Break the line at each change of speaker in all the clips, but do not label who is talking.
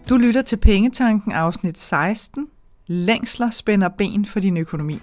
Du lytter til Pengetanken afsnit 16. Længsler spænder ben for din økonomi.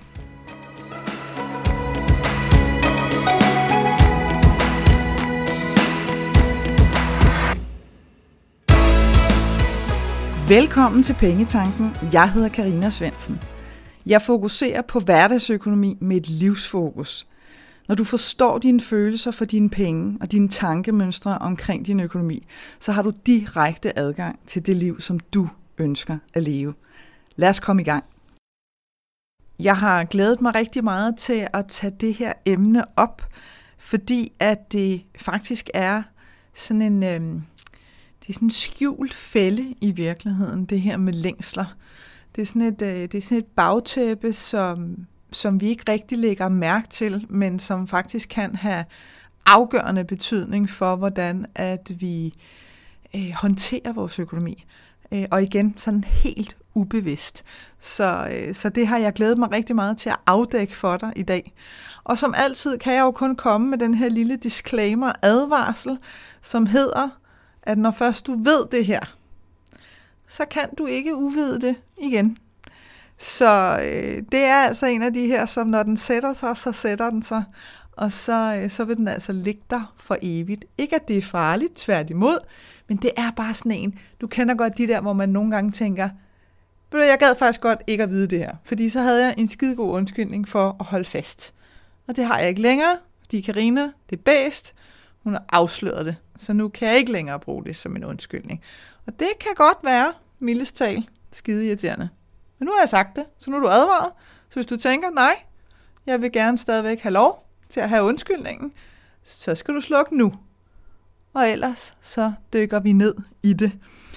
Velkommen til Pengetanken. Jeg hedder Karina Svendsen. Jeg fokuserer på hverdagsøkonomi med et livsfokus. Når du forstår dine følelser for dine penge og dine tankemønstre omkring din økonomi, så har du direkte adgang til det liv, som du ønsker at leve. Lad os komme i gang. Jeg har glædet mig rigtig meget til at tage det her emne op, fordi at det faktisk er sådan en skjult fælde i virkeligheden, det her med længsler. Det er sådan et bagtæppe, som vi ikke rigtig lægger mærke til, men som faktisk kan have afgørende betydning for, hvordan at vi håndterer vores økonomi. Og igen, sådan helt ubevidst. Så det har jeg glædet mig rigtig meget til at afdække for dig i dag. Og som altid kan jeg jo kun komme med den her lille disclaimer, advarsel, som hedder, at når først du ved det her, så kan du ikke uvide det igen. Så det er altså en af de her, som når den sætter sig, så sætter den sig, og så vil den altså ligge der for evigt. Ikke at det er farligt, tværtimod, men det er bare sådan en, du kender godt de der, hvor man nogle gange tænker, jeg gad faktisk godt ikke at vide det her, fordi så havde jeg en skidegod undskyldning for at holde fast. Og det har jeg ikke længere, fordi Karina, det er bedst, hun har afsløret det, så nu kan jeg ikke længere bruge det som en undskyldning. Og det kan godt være, mildest talt, skide irriterende. Men nu har jeg sagt det, så nu er du advaret. Så hvis du tænker, nej, jeg vil gerne stadigvæk have lov til at have undskyldningen, så skal du slukke nu. Og ellers så dykker vi ned i det.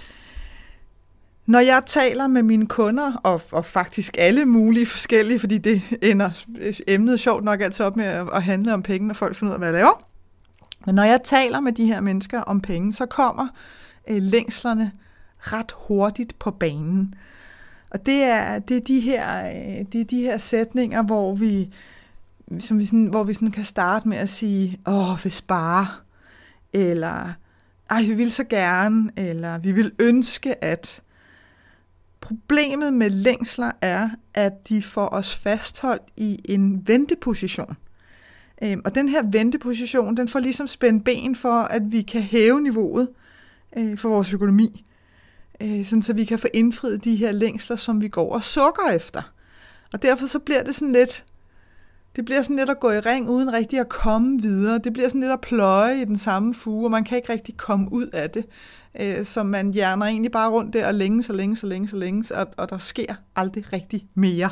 Når jeg taler med mine kunder, og faktisk alle mulige forskellige, fordi det ender emnet sjovt nok altid op med at handle om penge, når folk finder ud af, hvad jeg laver. Men når jeg taler med de her mennesker om penge, så kommer længslerne ret hurtigt på banen. Og det er de her sætninger, hvor vi sådan kan starte med at sige, hvis bare, eller vi vil så gerne, eller vi vil ønske at. Problemet med længsler er, at de får os fastholdt i en venteposition. Og den her venteposition, den får ligesom spændt ben for, at vi kan hæve niveauet for vores økonomi. Sådan så vi kan få indfriet de her længsler, som vi går og sukker efter. Og derfor så bliver det sådan lidt, at gå i ring uden rigtig at komme videre. Det bliver sådan lidt at pløje i den samme fuge, og man kan ikke rigtig komme ud af det. Så man hjerner egentlig bare rundt der og længes, og der sker aldrig rigtig mere.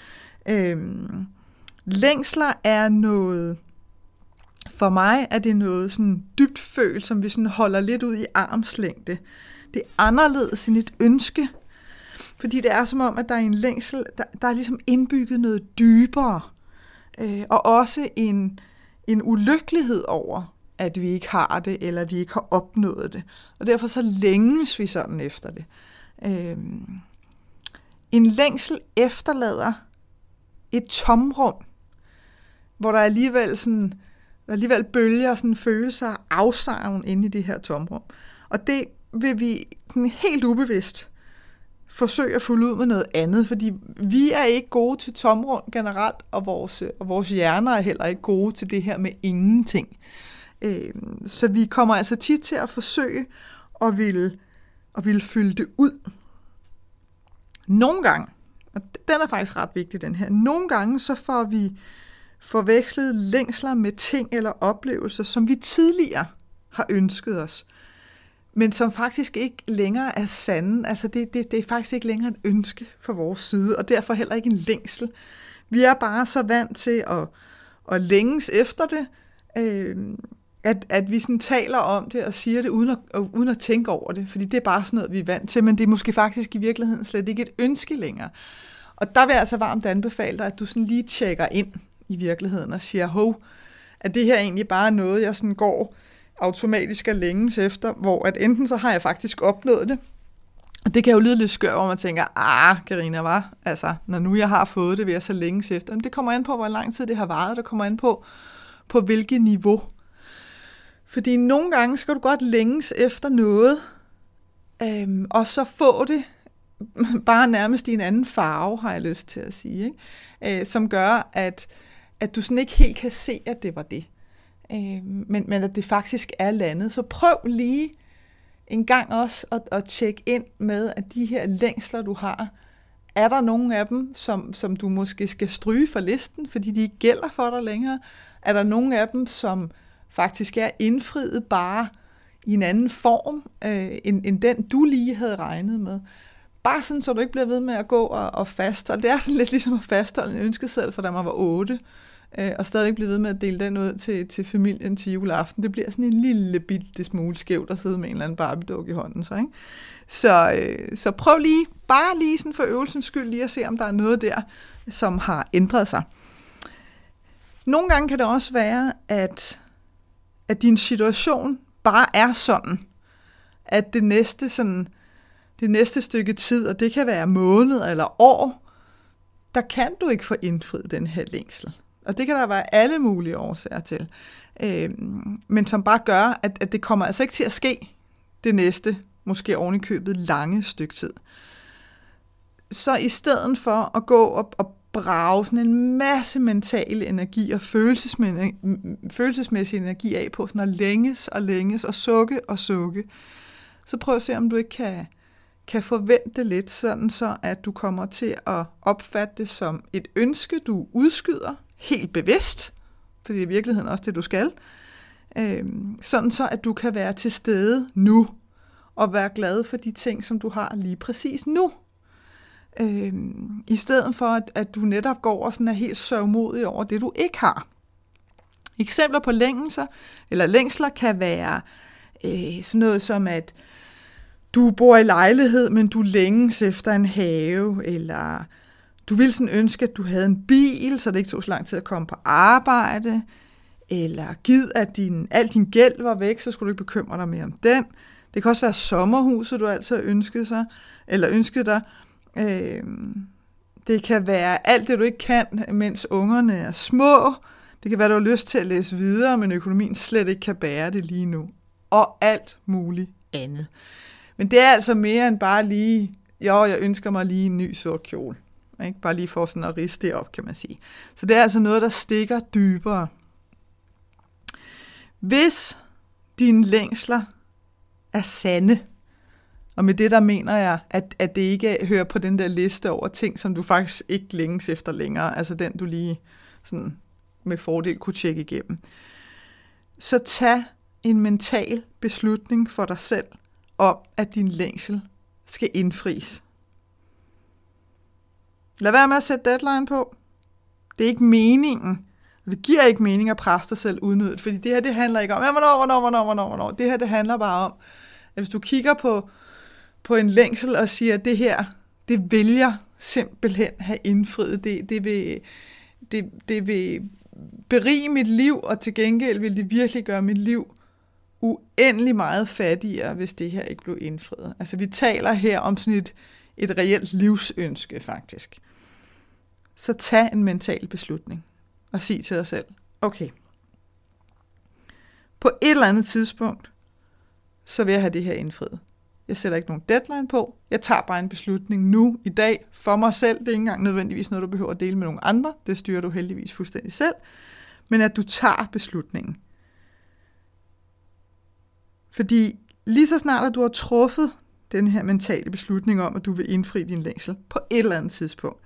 Længsler er noget, for mig er det noget sådan dybt følt, som vi sådan holder lidt ud i armslængde. Det er anderledes end et ønske, fordi det er som om, at der er en længsel, der er ligesom indbygget noget dybere, og også en ulykkelighed over, at vi ikke har det, eller vi ikke har opnået det. Og derfor så længes vi sådan efter det. En længsel efterlader et tomrum, hvor der alligevel bølger sådan følelser af afsavn inde i det her tomrum. Og det vil vi helt ubevidst forsøge at fylde ud med noget andet, fordi vi er ikke gode til tomrum generelt, og vores hjerner er heller ikke gode til det her med ingenting. Så vi kommer altså tit til at forsøge at ville fylde det ud. Nogle gange, og den er faktisk ret vigtig, den her, nogle gange så får vi forvekslet længsler med ting eller oplevelser, som vi tidligere har ønsket os, men som faktisk ikke længere er sande. Altså det er faktisk ikke længere et ønske fra vores side, og derfor heller ikke en længsel. Vi er bare så vant til at længes efter det, at vi sådan taler om det og siger det uden at tænke over det, fordi det er bare sådan noget, vi er vant til, men det er måske faktisk i virkeligheden slet ikke et ønske længere. Og der vil jeg altså varmt anbefale dig, at du sådan lige tjekker ind i virkeligheden og siger, at det her egentlig bare er noget, jeg sådan går automatisk og længes efter, hvor at enten så har jeg faktisk opnået det, og det kan jo lyde lidt skør, hvor man tænker, Karina, hvad? Altså, når nu jeg har fået det, vil jeg så længes efter. Men det kommer an på, hvor lang tid det har varet, det kommer an på hvilket niveau. Fordi nogle gange skal du godt længes efter noget, Og så få det bare nærmest i en anden farve, har jeg lyst til at sige, ikke? Som gør, at du sådan ikke helt kan se, at det var det. Men at det faktisk er landet. Så prøv lige en gang også at tjekke ind med, at de her længsler, du har, er der nogle af dem, som du måske skal stryge fra listen, fordi de ikke gælder for dig længere? Er der nogle af dem, som faktisk er indfriet bare i en anden form, end den, du lige havde regnet med? Bare sådan, så du ikke bliver ved med at gå og fastholde. Det er sådan lidt ligesom at fastholde en ønskeseddel, for da man var 8, og stadig blive ved med at dele den ud til familien til juleaften. Det bliver sådan en lille bitte smule skævt at sidde med en eller anden Barbie-dukke i hånden. Så prøv lige, bare lige sådan for øvelsens skyld, lige at se, om der er noget der, som har ændret sig. Nogle gange kan det også være, at din situation bare er sådan, at det næste stykke tid, og det kan være måneder eller år, der kan du ikke få indfriet den her længsel. Og det kan der være alle mulige årsager til. Men som bare gør, at det kommer altså ikke til at ske det næste, måske oven i købet, lange stykke tid. Så i stedet for at gå og brage sådan en masse mental energi og følelsesmæssig energi af på sådan at længes og sukke, så prøv at se, om du ikke kan forvente lidt, sådan så at du kommer til at opfatte det som et ønske, du udskyder helt bevidst, for det er i virkeligheden også det, du skal, sådan så at du kan være til stede nu, og være glad for de ting, som du har lige præcis nu. I stedet for, at du netop går og sådan er helt sørgmodig over det, du ikke har. Eksempler på længsler kan være sådan noget som, at du bor i lejlighed, men du længes efter en have, eller du ville sådan ønske, at du havde en bil, så det ikke tog så lang tid at komme på arbejde, eller gid, at al din gæld var væk, så skulle du ikke bekymre dig mere om den. Det kan også være sommerhuset, du altid har ønsket dig. Det kan være alt det, du ikke kan, mens ungerne er små. Det kan være, at du har lyst til at læse videre, men økonomien slet ikke kan bære det lige nu. Og alt muligt andet. Men det er altså mere end bare lige, jeg ønsker mig lige en ny sort kjole. Ikke? Bare lige for sådan at riste det op, kan man sige. Så det er altså noget, der stikker dybere. Hvis dine længsler er sande, og med det der mener jeg, at det ikke hører på den der liste over ting, som du faktisk ikke længes efter længere, altså den du lige sådan med fordel kunne tjekke igennem, så tag en mental beslutning for dig selv om, at din længsel skal indfries. Lad være med at sætte deadline på. Det er ikke meningen, og det giver ikke mening at presse dig selv unødigt, fordi det her, det handler ikke om, hvornår. Det her, det handler bare om, at hvis du kigger på en længsel og siger, at det her, det vil jeg simpelthen have indfriet. Det vil berige mit liv, og til gengæld vil det virkelig gøre mit liv uendelig meget fattigere, hvis det her ikke blev indfriet. Altså vi taler her om sådan et reelt livsønske faktisk. Så tag en mental beslutning og sig til dig selv, okay, på et eller andet tidspunkt, så vil jeg have det her indfriet. Jeg sætter ikke nogen deadline på. Jeg tager bare en beslutning nu, i dag, for mig selv. Det er ikke engang nødvendigvis noget, du behøver at dele med nogle andre. Det styrer du heldigvis fuldstændig selv. Men at du tager beslutningen. Fordi lige så snart, at du har truffet den her mentale beslutning om, at du vil indfri din længsel på et eller andet tidspunkt,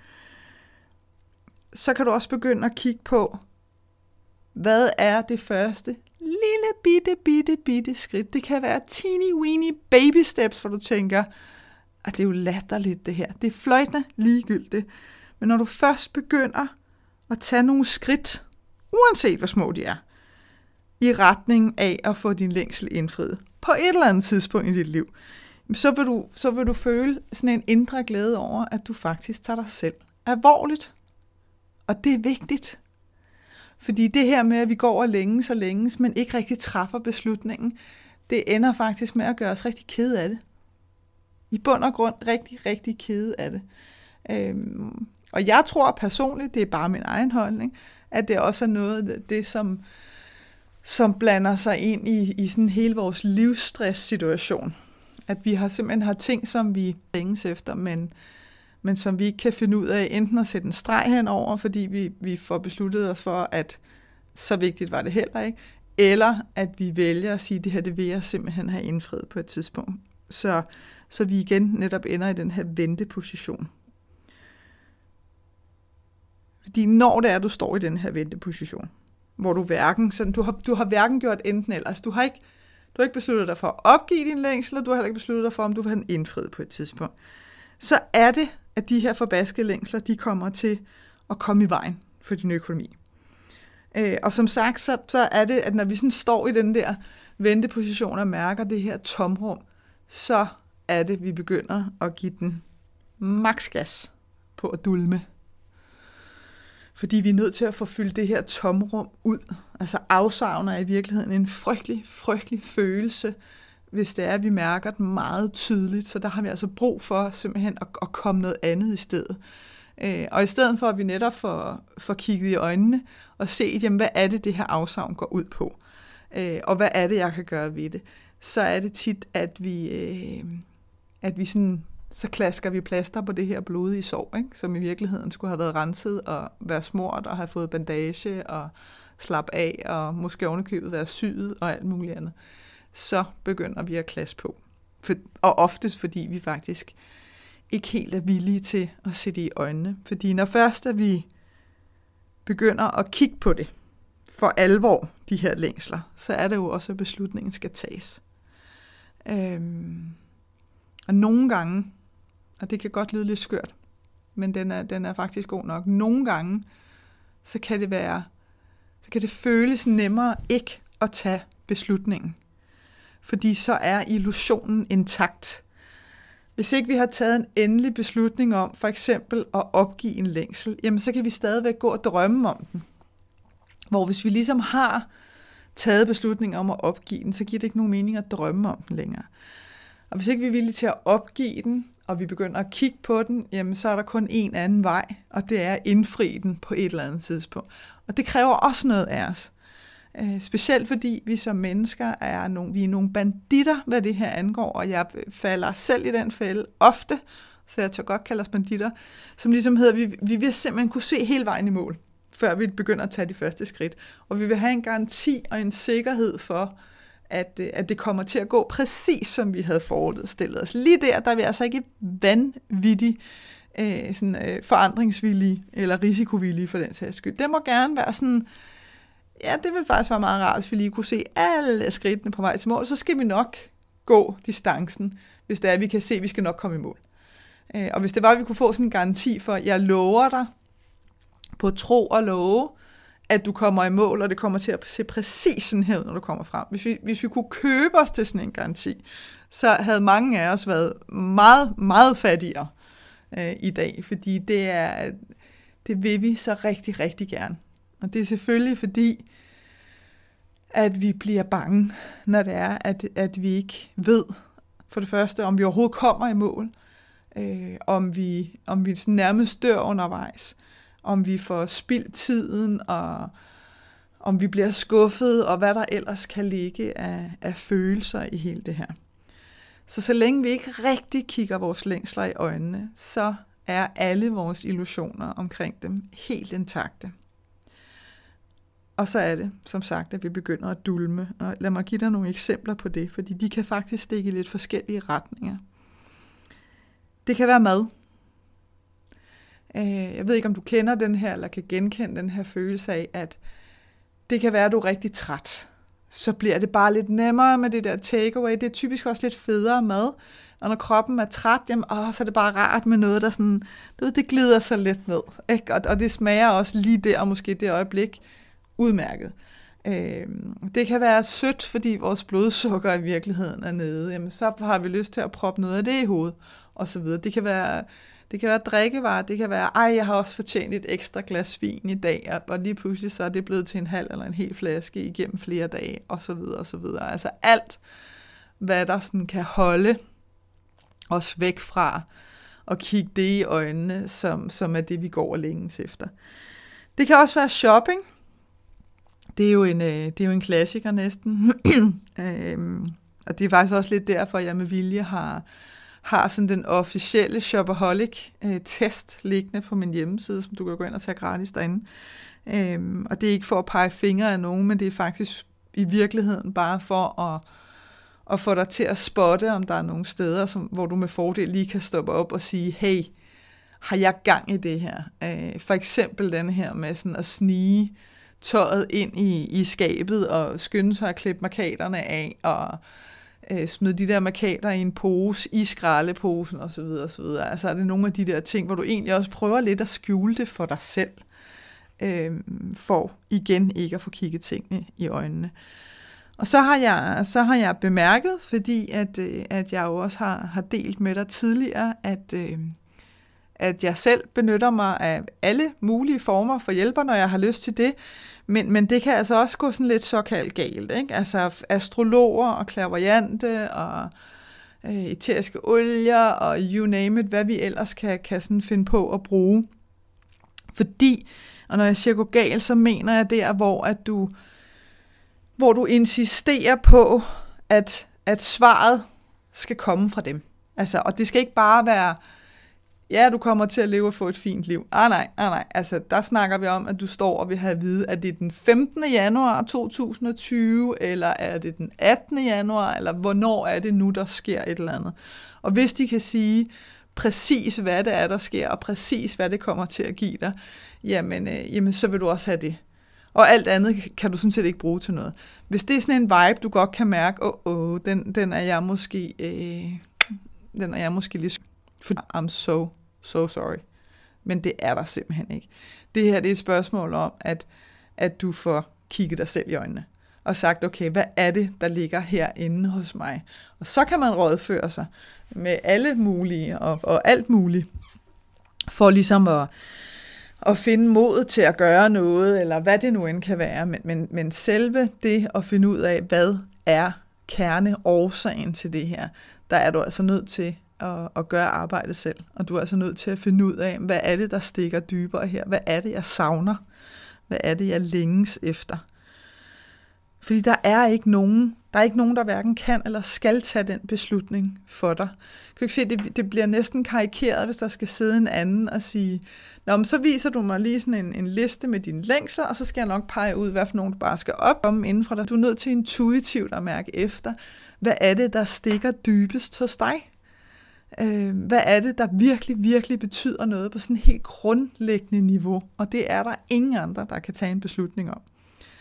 så kan du også begynde at kigge på, hvad er det første lille bitte skridt. Det kan være teeny weeny baby steps, hvor du tænker, at det er jo latterligt det her. Det er fløjtende ligegyldigt. Men når du først begynder at tage nogle skridt, uanset hvor små de er, i retning af at få din længsel indfriet på et eller andet tidspunkt i dit liv, så vil du føle sådan en indre glæde over, at du faktisk tager dig selv alvorligt. Og det er vigtigt. Fordi det her med, at vi går og længes, men ikke rigtig træffer beslutningen, det ender faktisk med at gøre os rigtig kede af det. I bund og grund rigtig, rigtig kede af det. Og jeg tror personligt, det er bare min egen holdning, at det også er noget af det, som blander sig ind i sådan hele vores livsstresssituation. At vi simpelthen har ting, som vi længes efter, men som vi ikke kan finde ud af enten at sætte en streg henover, fordi vi får besluttet os for, at så vigtigt var det heller ikke, eller at vi vælger at sige, at det her det vil jeg simpelthen have indfriet på et tidspunkt. Så vi igen netop ender i den her venteposition. Fordi når det er, du står i den her venteposition, hvor du hverken, sådan, du har hverken gjort enten eller, altså du har ikke besluttet dig for at opgive din længsel, og du har heller ikke besluttet dig for, om du vil have den indfriet på et tidspunkt, så er det, at de her forbaskede længsler, de kommer til at komme i vejen for din økonomi. Og som sagt, så er det, at når vi sådan står i den der venteposition og mærker det her tomrum, så er det, vi begynder at give den maks gas på at dulme. Fordi vi er nødt til at få fyldt det her tomrum ud. Altså afsavn er i virkeligheden en frygtelig, frygtelig følelse, hvis det er, at vi mærker den meget tydeligt. Så der har vi altså brug for simpelthen at komme noget andet i stedet. Og i stedet for, at vi netop får kigget i øjnene og set, jamen, hvad er det her afsavn går ud på? Og hvad er det, jeg kan gøre ved det? Så er det tit, at vi sådan, så klasker vi plaster på det her blodige sår, ikke? Som i virkeligheden skulle have været renset og være smurt og have fået bandage og slappe af og måske ovenikøbet være syet og alt muligt andet. Så begynder vi at klaske på. Og oftest fordi vi faktisk ikke helt er villige til at se det i øjnene. Fordi når først at vi begynder at kigge på det for alvor, de her længsler, så er det jo også, at beslutningen skal tages. Og nogle gange, og det kan godt lyde lidt skørt, men den er faktisk god nok. Nogle gange, så kan det føles nemmere ikke at tage beslutningen. Fordi så er illusionen intakt. Hvis ikke vi har taget en endelig beslutning om, for eksempel at opgive en længsel, jamen så kan vi stadigvæk gå og drømme om den. Hvor hvis vi ligesom har taget beslutningen om at opgive den, så giver det ikke nogen mening at drømme om den længere. Og hvis ikke vi er villige til at opgive den, og vi begynder at kigge på den, jamen så er der kun en anden vej, og det er at indfri den på et eller andet tidspunkt. Og det kræver også noget af os. Specielt fordi vi som mennesker er nogle banditter, hvad det her angår, og jeg falder selv i den fælde ofte, så jeg tør godt kalde os banditter, som ligesom hedder, vi vil simpelthen kunne se hele vejen i mål, før vi begynder at tage de første skridt. Og vi vil have en garanti og en sikkerhed for, at det kommer til at gå præcis som vi havde forestillet os. Lige der er vi altså ikke vanvittigt forandringsvillige eller risikovillige for den sags skyld. Det må gerne være sådan, ja, det vil faktisk være meget rart, hvis vi lige kunne se alle skridtene på vej til mål, så skal vi nok gå distancen, hvis det er, vi kan se, at vi skal nok komme i mål. Og hvis det var, at vi kunne få sådan en garanti for, jeg lover dig på tro og love, at du kommer i mål, og det kommer til at se præcis sådan her ud, når du kommer frem. Hvis vi kunne købe os til sådan en garanti, så havde mange af os været meget, meget fattigere i dag, fordi det vil vi så rigtig, rigtig gerne. Og det er selvfølgelig fordi, at vi bliver bange, når det er, at vi ikke ved, for det første, om vi overhovedet kommer i mål, om vi sådan nærmest dør undervejs, om vi får spildt tiden, og om vi bliver skuffet, og hvad der ellers kan ligge af følelser i hele det her. Så længe vi ikke rigtig kigger vores længsler i øjnene, så er alle vores illusioner omkring dem helt intakte. Og så er det, som sagt, at vi begynder at dulme. Og lad mig give dig nogle eksempler på det, fordi de kan faktisk stikke i lidt forskellige retninger. Det kan være mad. Jeg ved ikke, om du kender den her, eller kan genkende den her følelse af, at det kan være, at du er rigtig træt. Så bliver det bare lidt nemmere med det der takeaway. Det er typisk også lidt federe mad. Og når kroppen er træt, jamen, så er det bare rart med noget, der sådan, det glider så lidt ned. Ikke? Og det smager også lige der, og måske det øjeblik, udmærket. Det kan være sødt, fordi vores blodsukker i virkeligheden er nede. Jamen, så har vi lyst til at proppe noget af det i hovedet, og så videre. Det kan være drikkevarer, det kan være, jeg har også fortjent et ekstra glas vin i dag, og lige pludselig så er det blevet til en halv eller en hel flaske igennem flere dage, og så videre, og så videre. Altså alt, hvad der sådan kan holde os væk fra at kigge det i øjnene, som er det, vi går og længes efter. Det kan også være shopping. Det er jo en klassiker næsten. Og det er faktisk også lidt derfor, at jeg med vilje har sådan den officielle Shopaholic-test liggende på min hjemmeside, som du kan gå ind og tage gratis derinde. Og det er ikke for at pege fingre af nogen, men det er faktisk i virkeligheden bare for at få dig til at spotte, om der er nogle steder, hvor du med fordel lige kan stoppe op og sige, hey, har jeg gang i det her? For eksempel den her med sådan at snige tøjet ind i skabet og skynde sig at klippe markaterne af og smide de der markater i en pose, i skraldeposen osv. osv. Altså er det nogle af de der ting, hvor du egentlig også prøver lidt at skjule det for dig selv, for igen ikke at få kigget tingene i øjnene. Og så har jeg bemærket, fordi at jeg jo også har delt med dig tidligere, at jeg selv benytter mig af alle mulige former for hjælper, når jeg har lyst til det, men det kan altså også gå sådan lidt såkaldt galt, ikke? Altså astrologer og clairvoyante og æteriske olier og you name it, hvad vi ellers kan sådan finde på at bruge. Fordi, og når jeg siger gå galt, så mener jeg der, hvor du insisterer på, at svaret skal komme fra dem. Altså, og det skal ikke bare være, ja, du kommer til at leve og få et fint liv. Nej. Altså, der snakker vi om, at du står og vil have at vide, at det er den 15. januar 2020, eller er det den 18. januar, eller hvornår er det nu, der sker et eller andet. Og hvis de kan sige præcis, hvad det er, der sker, og præcis, hvad det kommer til at give dig, jamen så vil du også have det. Og alt andet kan du sådan set ikke bruge til noget. Hvis det er sådan en vibe, du godt kan mærke, den er jeg måske lidt, I'm so sorry. Men det er der simpelthen ikke. Det her det er et spørgsmål om, at du får kigget dig selv i øjnene, og sagt, okay, hvad er det, der ligger herinde hos mig? Og så kan man rådføre sig med alle mulige, og alt muligt, for ligesom at finde mod til at gøre noget, eller hvad det nu end kan være. Men selve det at finde ud af, hvad er kerneårsagen til det her, der er du altså nødt til at gøre arbejdet selv. Og du er altså nødt til at finde ud af, hvad er det, der stikker dybere her? Hvad er det, jeg savner? Hvad er det, jeg længes efter? Fordi der er ikke nogen, der hverken kan eller skal tage den beslutning for dig. Kan du ikke se, det bliver næsten karikeret, hvis der skal sidde en anden og sige, nå, men så viser du mig lige sådan en liste med dine længsler, og så skal jeg nok pege ud, hvad for nogen du bare skal opkomme inden for dig. Du er nødt til intuitivt at mærke efter, hvad er det, der stikker dybest hos dig? Hvad er det, der virkelig, virkelig betyder noget på sådan et helt grundlæggende niveau? Og det er der ingen andre, der kan tage en beslutning om.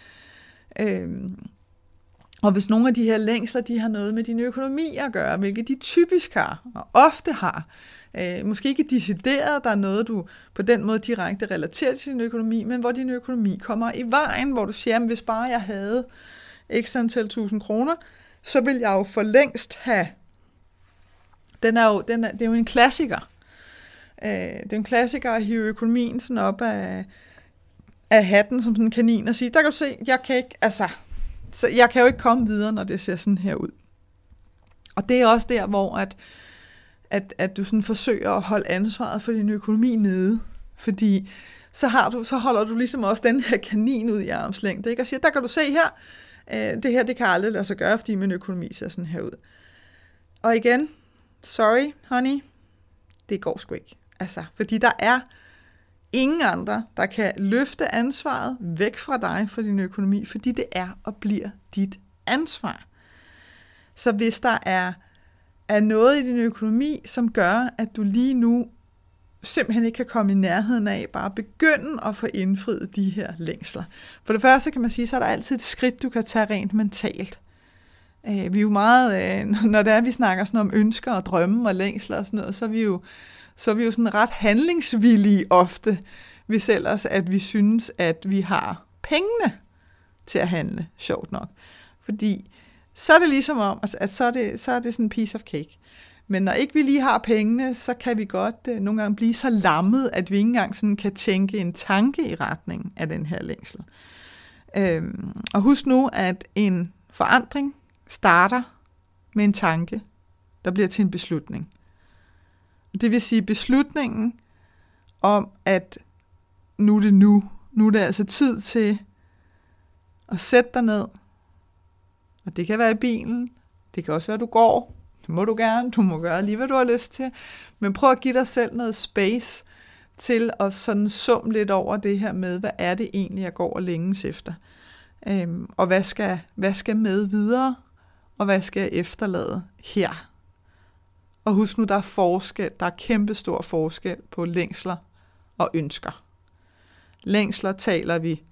Og hvis nogle af de her længsler, de har noget med din økonomi at gøre, hvilket de typisk har, og ofte har, måske ikke decideret, der er noget, du på den måde direkte relaterer til din økonomi, men hvor din økonomi kommer i vejen, hvor du siger, at hvis bare jeg havde x antal 1000 kroner, så vil jeg jo for længst have. Det er jo en klassiker. Det er en klassiker at hive økonomien sådan op af hatten som sådan en kanin og sige, der kan du se, jeg kan jo ikke komme videre, når det ser sådan her ud. Og det er også der, hvor at du sådan forsøger at holde ansvaret for din økonomi nede, fordi så holder du ligesom også den her kanin ud i armslængde, ikke? Og siger, der kan du se her, det her det kan aldrig lade sig gøre, fordi min økonomi ser sådan her ud. Og igen, sorry honey, det går sgu ikke. Altså, fordi der er ingen andre, der kan løfte ansvaret væk fra dig for din økonomi, fordi det er og bliver dit ansvar. Så hvis der er noget i din økonomi, som gør, at du lige nu simpelthen ikke kan komme i nærheden af, bare begynde at få indfriet de her længsler. For det første kan man sige, så er der altid et skridt, du kan tage rent mentalt. Vi er jo meget, når det er, vi snakker sådan om ønsker og drømme og længsler og sådan noget, så er vi jo sådan ret handlingsvillige ofte, hvis ellers at vi synes, at vi har pengene til at handle, sjovt nok. Fordi så er det ligesom om, at så er det sådan en piece of cake. Men når ikke vi lige har pengene, så kan vi godt nogle gange blive så lammet, at vi ikke engang sådan kan tænke en tanke i retning af den her længsel. Og husk nu, at en forandring starter med en tanke, der bliver til en beslutning. Det vil sige beslutningen om, at nu er det altså tid til at sætte dig ned. Og det kan være i bilen, Det kan også være, at du går. Det må du gerne. Du må gøre lige, hvad du har lyst til. Men prøv at give dig selv noget space til at sådan summe lidt over det her med, hvad er det egentlig, jeg går og længes efter. Og hvad skal med videre, og hvad skal jeg efterlade her? Og husk nu, der er kæmpestor forskel på længsler og ønsker. Længsler taler vi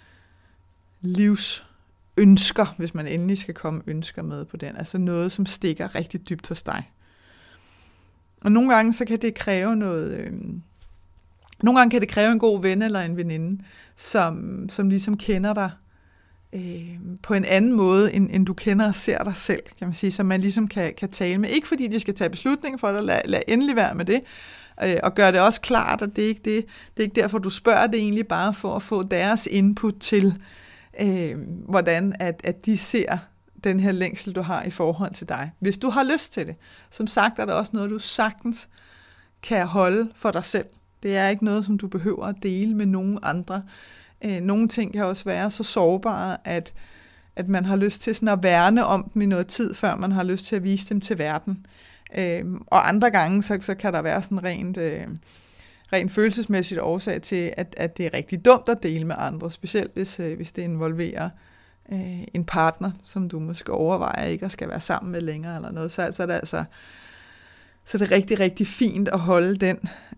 livsønsker, hvis man endelig skal komme ønsker med på den. Altså noget, som stikker rigtig dybt hos dig. Og nogle gange så kan det kræve noget. Nogle gange kan det kræve en god ven eller en veninde, som ligesom kender dig på en anden måde, end du kender og ser dig selv, kan man sige, så man ligesom kan tale med. Ikke fordi de skal tage beslutninger for dig, lad endelig være med det, og gør det også klart, at det er ikke derfor, du spørger, det egentlig bare for at få deres input til, hvordan at de ser den her længsel, du har i forhold til dig. Hvis du har lyst til det. Som sagt er der også noget, du sagtens kan holde for dig selv. Det er ikke noget, som du behøver at dele med nogen andre. Nogle ting kan også være så sårbare, at man har lyst til sådan at værne om dem i noget tid, før man har lyst til at vise dem til verden. Og andre gange, så kan der være sådan rent følelsesmæssigt årsag til, at det er rigtig dumt at dele med andre, specielt hvis det involverer en partner, som du måske overvejer ikke at skal være sammen med længere eller noget. Så er det rigtig, rigtig fint at holde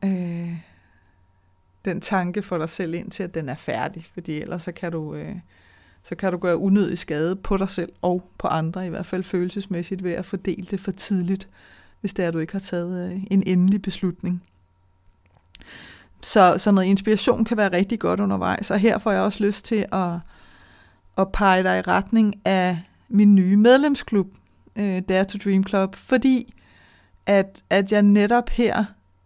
den tanke for dig selv indtil, at den er færdig, fordi ellers så kan du gøre unødig skade på dig selv og på andre, i hvert fald følelsesmæssigt, ved at fordele det for tidligt, hvis det er, du ikke har taget en endelig beslutning. Så noget inspiration kan være rigtig godt undervejs, og her får jeg også lyst til at pege dig i retning af min nye medlemsklub, Dare to Dream Club, fordi at jeg netop her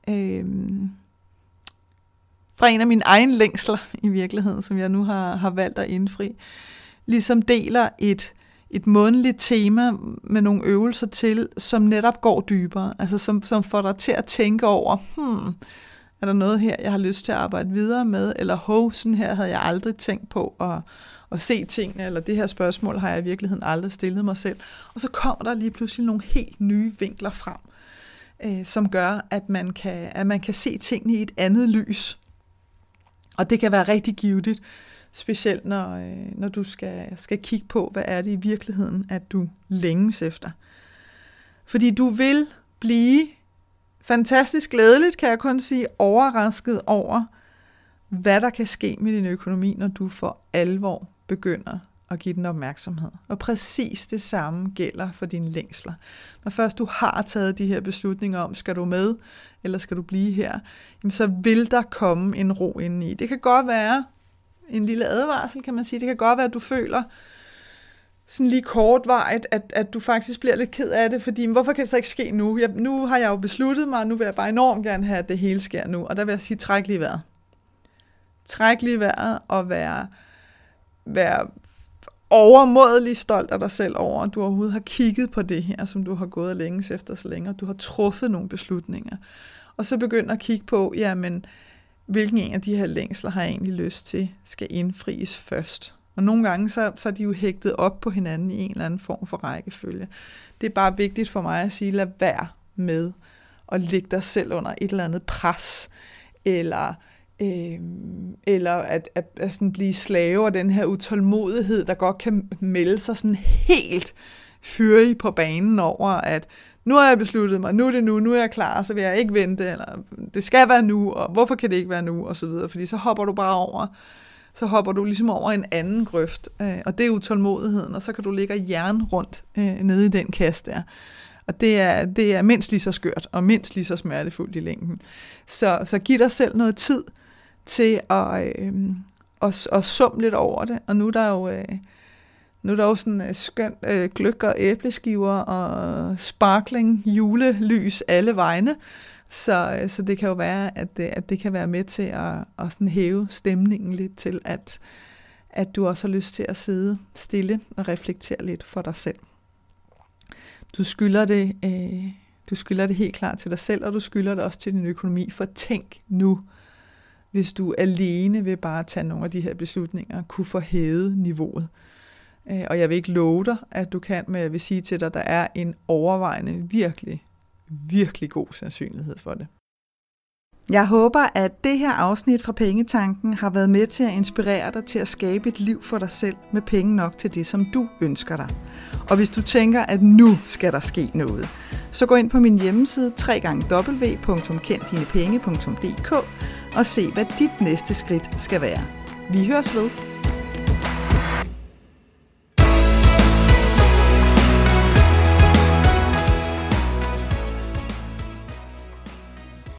fra en af mine egne længsler i virkeligheden, som jeg nu har valgt at indfri, ligesom deler et månedligt tema med nogle øvelser til, som netop går dybere, altså som får dig til at tænke over, er der noget her, jeg har lyst til at arbejde videre med, eller sådan her havde jeg aldrig tænkt på at se tingene, eller det her spørgsmål har jeg i virkeligheden aldrig stillet mig selv. Og så kommer der lige pludselig nogle helt nye vinkler frem, som gør, at man kan se tingene i et andet lys. Og det kan være rigtig givetigt, specielt når du skal kigge på, hvad er det i virkeligheden, at du længes efter. Fordi du vil blive fantastisk glædeligt, kan jeg kun sige, overrasket over, hvad der kan ske med din økonomi, når du for alvor begynder at give den opmærksomhed. Og præcis det samme gælder for dine længsler. Når først du har taget de her beslutninger om, skal du med, eller skal du blive her, jamen så vil der komme en ro indeni. Det kan godt være en lille advarsel, kan man sige. Det kan godt være, at du føler sådan lige kortvarigt, at du faktisk bliver lidt ked af det, fordi hvorfor kan det så ikke ske nu? Nu har jeg jo besluttet mig, og nu vil jeg bare enormt gerne have, at det hele sker nu. Og der vil jeg sige, træk lige vejret. Træk lige vejret og være overmådelig stolt af dig selv over, at du overhovedet har kigget på det her, som du har gået og længes efter så længe, og du har truffet nogle beslutninger. Og så begynd at kigge på, jamen, hvilken en af de her længsler har jeg egentlig lyst til, skal indfries først. Og nogle gange, så er de jo hægtet op på hinanden i en eller anden form for rækkefølge. Det er bare vigtigt for mig at sige, lad være med at lægge dig selv under et eller andet pres, eller at sådan blive slave af den her utålmodighed, der godt kan melde sig sådan helt fyrig på banen over, at nu har jeg besluttet mig, nu er det nu er jeg klar, så vil jeg ikke vente, eller det skal være nu, og hvorfor kan det ikke være nu, og så videre, fordi så hopper du bare over, så hopper du ligesom over en anden grøft, og det er utålmodigheden, og så kan du ligge og jern rundt nede i den kasse der. Og det er mindst lige så skørt, og mindst lige så smertefuldt i længden. Så giv dig selv noget tid til at summe lidt over det, og nu er der jo sådan skønt gløgg og æbleskiver og sparkling julelys alle vegne, så det kan jo være, at det kan være med til at sådan hæve stemningen lidt til, at du også har lyst til at sidde stille og reflektere lidt for dig selv. Du skylder det helt klart til dig selv, og du skylder det også til din økonomi, for tænk nu, hvis du alene vil bare tage nogle af de her beslutninger, kunne få hævet niveauet. Og jeg vil ikke love dig, at du kan, men jeg vil sige til dig, at der er en overvejende, virkelig god sandsynlighed for det. Jeg håber, at det her afsnit fra Pengetanken har været med til at inspirere dig til at skabe et liv for dig selv med penge nok til det, som du ønsker dig. Og hvis du tænker, at nu skal der ske noget, så gå ind på min hjemmeside www.kenddinepenge.dk og se, hvad dit næste skridt skal være. Vi høres ved.